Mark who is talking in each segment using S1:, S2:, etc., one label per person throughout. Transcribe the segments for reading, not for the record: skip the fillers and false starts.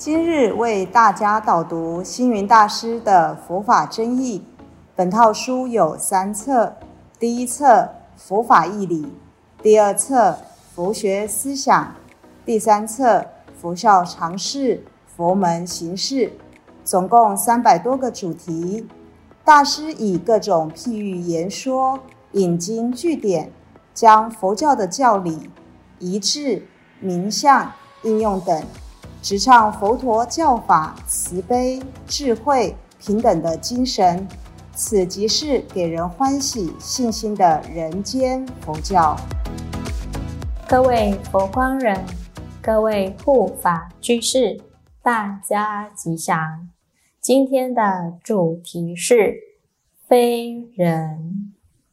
S1: 今日为大家导读星云大师的佛法真义。本套书有3册，第一册佛法义理，第二册佛学思想，第3册佛教常识、佛门行事，总共300多个主题。大师以各种譬喻言说，引经据典，将佛教的教理、仪制、名相、应用等，直唱佛陀教法慈悲、智慧、平等的精神，此即是给人欢喜信心的人间佛教。
S2: 各位佛光人，各位护法居士，大家吉祥。今天的主题是非人。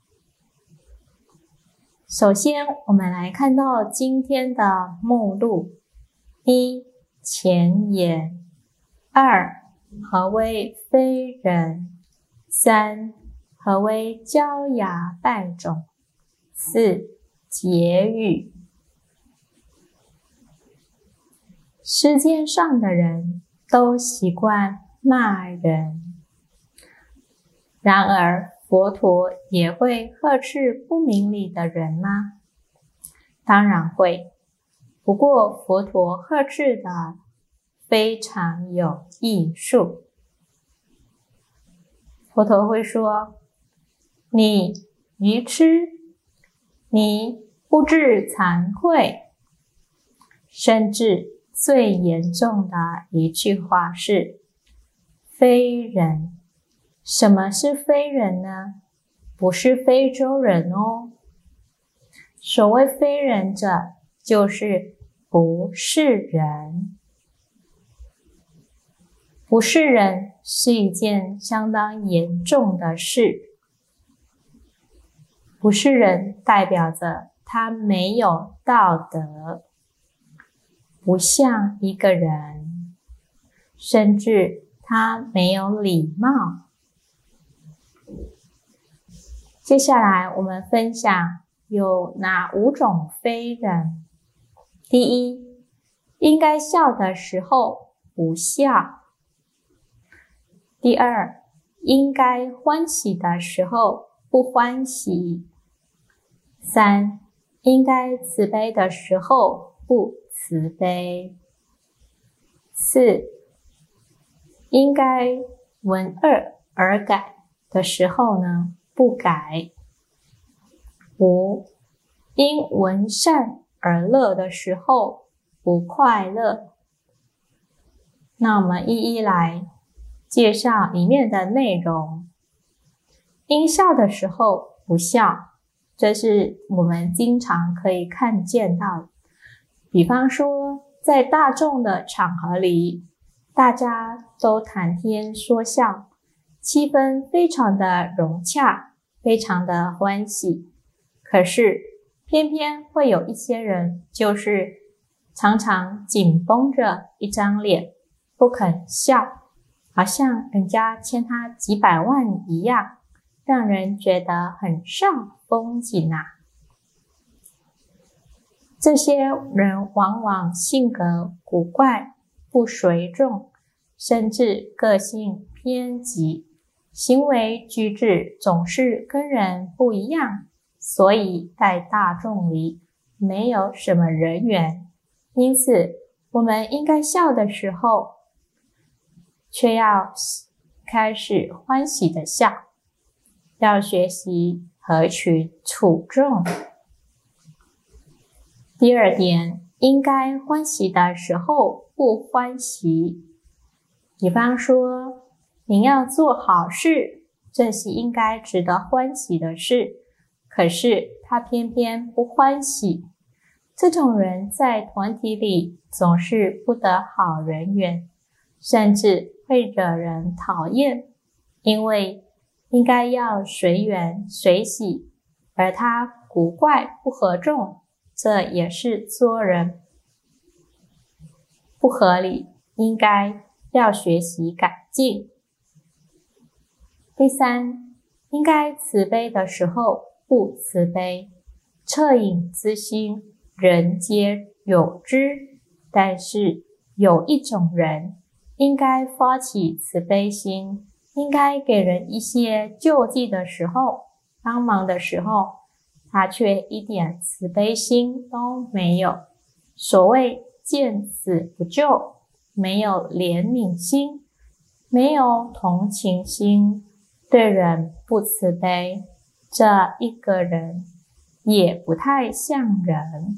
S2: 首先，我们来看到今天的目录：一、前言；二、何谓非人；三、何谓焦芽败种；四、结语。世界上的人都习惯骂人，然而佛陀也会呵斥不明理的人吗？当然会，不过佛陀呵斥的非常有艺术。佛陀会说：你愚痴，你不知惭愧。甚至最严重的一句话是非人。什么是非人呢？不是非洲人哦。所谓非人者，就是不是人。不是人是一件相当严重的事。不是人代表着他没有道德，不像一个人，甚至他没有礼貌。接下来我们分享有哪5种非人。第一，应该笑的时候不笑。第二，应该欢喜的时候不欢喜。三，应该慈悲的时候不慈悲。四，应该闻恶而改的时候呢，不改。五，因闻善而乐的时候不快乐。那我们一一来介绍里面的内容。因笑的时候不笑，这是我们经常可以看见到的。比方说，在大众的场合里，大家都谈天说笑，气氛非常的融洽，非常的欢喜。可是偏偏会有一些人，就是常常紧绷着一张脸，不肯笑，好像人家欠他几百万一样，让人觉得很煞风景啊。这些人往往性格古怪，不随众，甚至个性偏激，行为举止总是跟人不一样，所以在大众里没有什么人缘。因此，我们应该笑的时候，却要开始欢喜的笑，要学习合群处众。第二点，应该欢喜的时候不欢喜。比方说，您要做好事，这是应该值得欢喜的事，可是他偏偏不欢喜。这种人在团体里总是不得好人缘，甚至会惹人讨厌，因为应该要随缘随喜，而他古怪不合众，这也是做人不合理，应该要学习改进。第三，应该慈悲的时候不慈悲。恻隐之心，人皆有之，但是有一种人应该发起慈悲心，应该给人一些救济的时候，帮忙的时候，他却一点慈悲心都没有。所谓见死不救，没有怜悯心，没有同情心，对人不慈悲，这一个人也不太像人。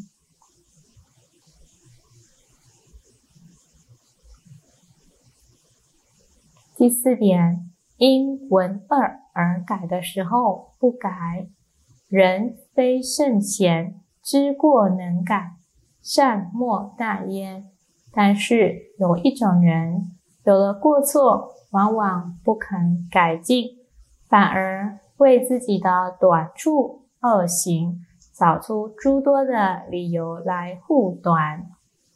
S2: 第4点，因闻恶而改的时候不改。人非圣贤，知过能改，善莫大焉。但是有一种人，有了过错，往往不肯改进，反而为自己的短处、恶行找出诸多的理由来护短。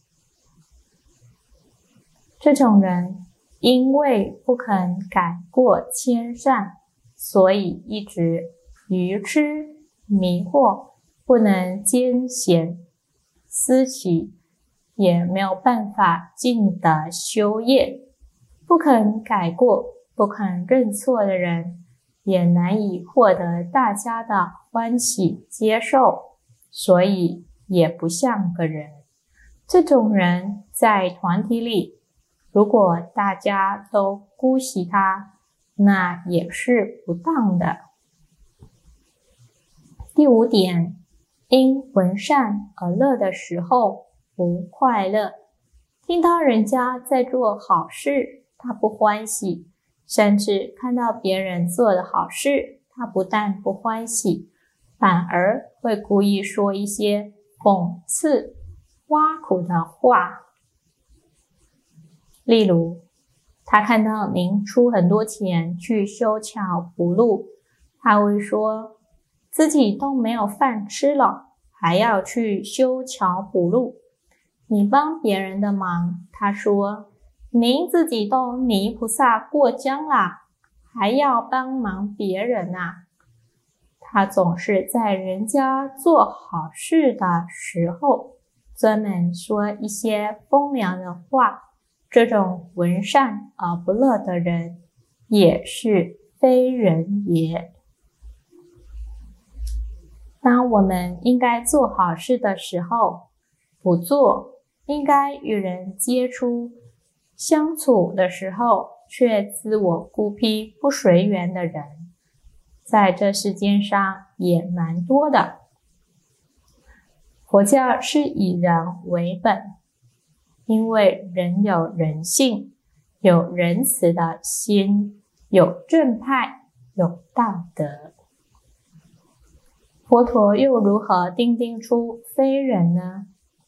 S2: 这种人因为不肯改过迁善，所以一直愚痴迷惑，不能兼贤思齐，也没有办法尽的修业。不肯改过、不肯认错的人，也难以获得大家的欢喜接受，所以也不像个人。这种人在团体里，如果大家都姑息他，那也是不当的。第5点，因闻善而乐的时候不快乐。听到人家在做好事，他不欢喜，甚至看到别人做的好事，他不但不欢喜，反而会故意说一些讽刺、挖苦的话。例如，他看到您出很多钱去修桥补路，他会说自己都没有饭吃了，还要去修桥补路。你帮别人的忙，他说您自己都泥菩萨过江啦，还要帮忙别人啊。他总是在人家做好事的时候，专门说一些风凉的话。这种闻善而不乐的人，也是非人也。当我们应该做好事的时候，不做；应该与人接触、相处的时候，却自我孤僻、不随缘的人，在这世间上也蛮多的。佛教是以人为本，因为人有人性，有仁慈的心，有正派，有道德。佛陀又如何定定出非人呢？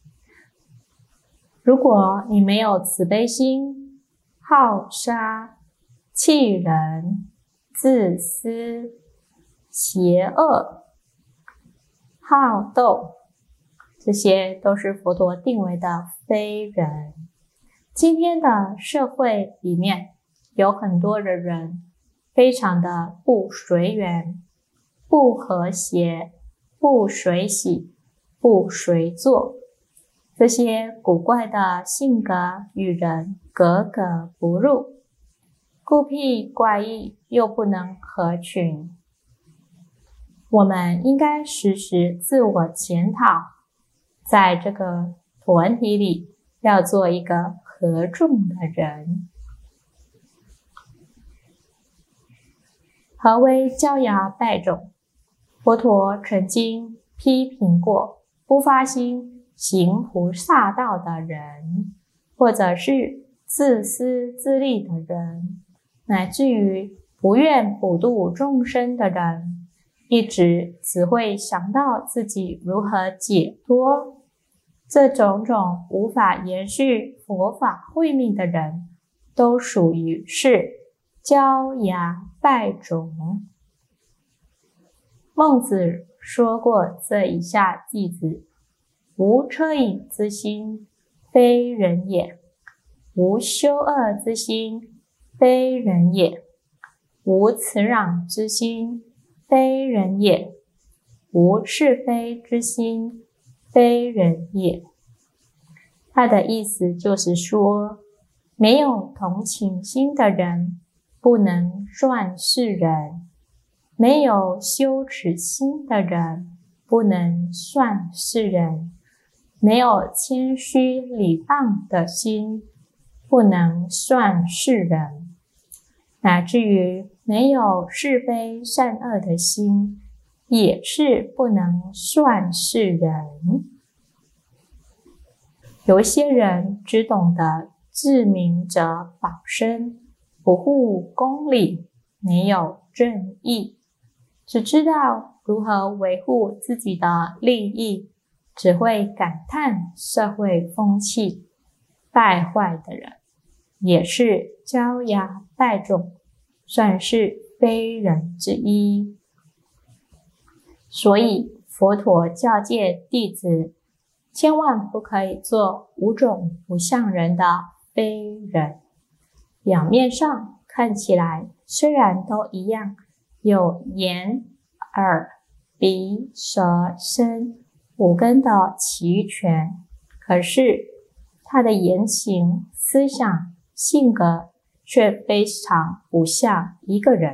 S2: 如果你没有慈悲心，好杀、气人、自私、邪恶、好斗，这些都是佛陀定为的非人。今天的社会里面有很多的人非常的不随缘、不和谐、不随喜、不随做，这些古怪的性格与人格格不入，孤僻怪异又不能合群。我们应该时时自我检讨，在这个团体里要做一个合众的人。何为招摇败种？佛陀曾经批评过不发心行菩萨道的人，或者是自私自利的人，乃至于不愿普度众生的人，一直只会想到自己如何解脱。这种种无法延续佛法慧命的人，都属于是招摇败种。孟子说过这以下句子：无恻隐之心，非人也；无羞恶之心，非人也；无辞攘之心，非人也；无是非之心，非人也； 它的意思就是说，没有同情心的人不能算是人，没有羞耻心的人不能算是人，没有谦虚礼让的心不能算是人，乃至于没有是非善恶的心也是不能算是人。有些人只懂得自明者保身，不护公理，没有正义，只知道如何维护自己的利益，只会感叹社会风气败坏的人，也是招摇带种，算是非人之一。所以佛陀教诫弟子，千万不可以做五种不像人的非人。表面上看起来虽然都一样，有眼、耳、鼻、舌、身五根的齐全，可是他的言行、思想、性格却非常不像一个人。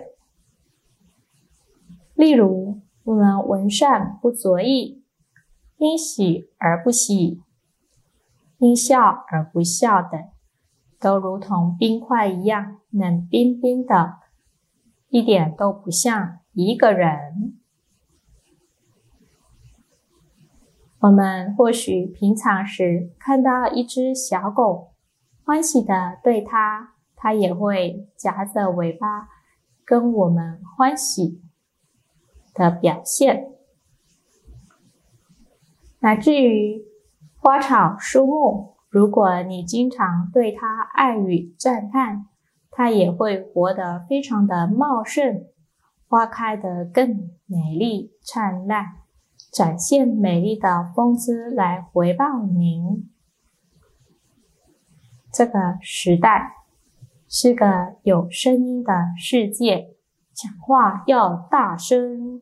S2: 例如，我们闻善不着意，因喜而不喜，因笑而不笑等，都如同冰块一样冷冰冰的，一点都不像一个人。我们或许平常时看到一只小狗，欢喜的对它，它也会夹着尾巴跟我们欢喜的表现。乃至于花草树木，如果你经常对它爱语赞叹，它也会活得非常的茂盛，花开得更美丽灿烂，展现美丽的风姿来回报您。这个时代是个有声音的世界，讲话要大声。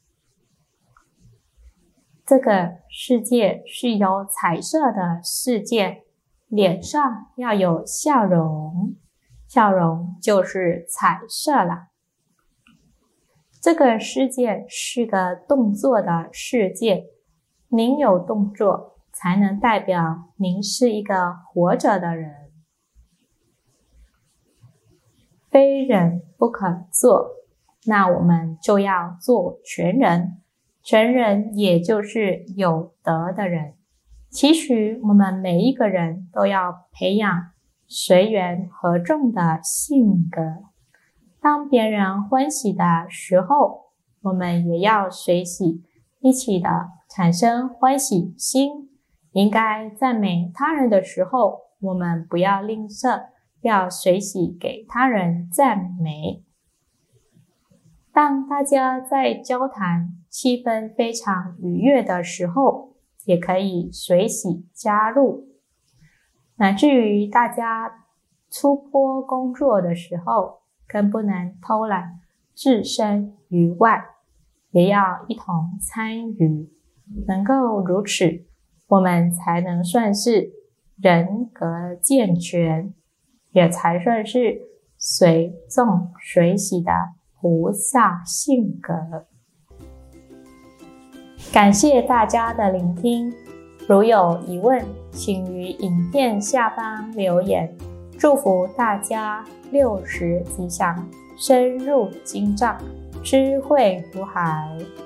S2: 这个世界是有彩色的世界，脸上要有笑容，笑容就是彩色了。这个世界是个动作的世界，您有动作，才能代表您是一个活着的人。非人不可做，那我们就要做全人。全人也就是有德的人。期许我们每一个人都要培养随缘合众的性格。当别人欢喜的时候，我们也要随喜，一起的产生欢喜心。应该赞美他人的时候，我们不要吝啬，要随喜给他人赞美。当大家在交谈气氛非常愉悦的时候，也可以随喜加入。乃至于大家出坡工作的时候，更不能偷懒置身于外，也要一同参与。能够如此，我们才能算是人格健全，也才算是随众随喜的菩萨性格。感谢大家的聆听，如有疑问，请于影片下方留言。祝福大家60吉祥，深入经藏，智慧如海。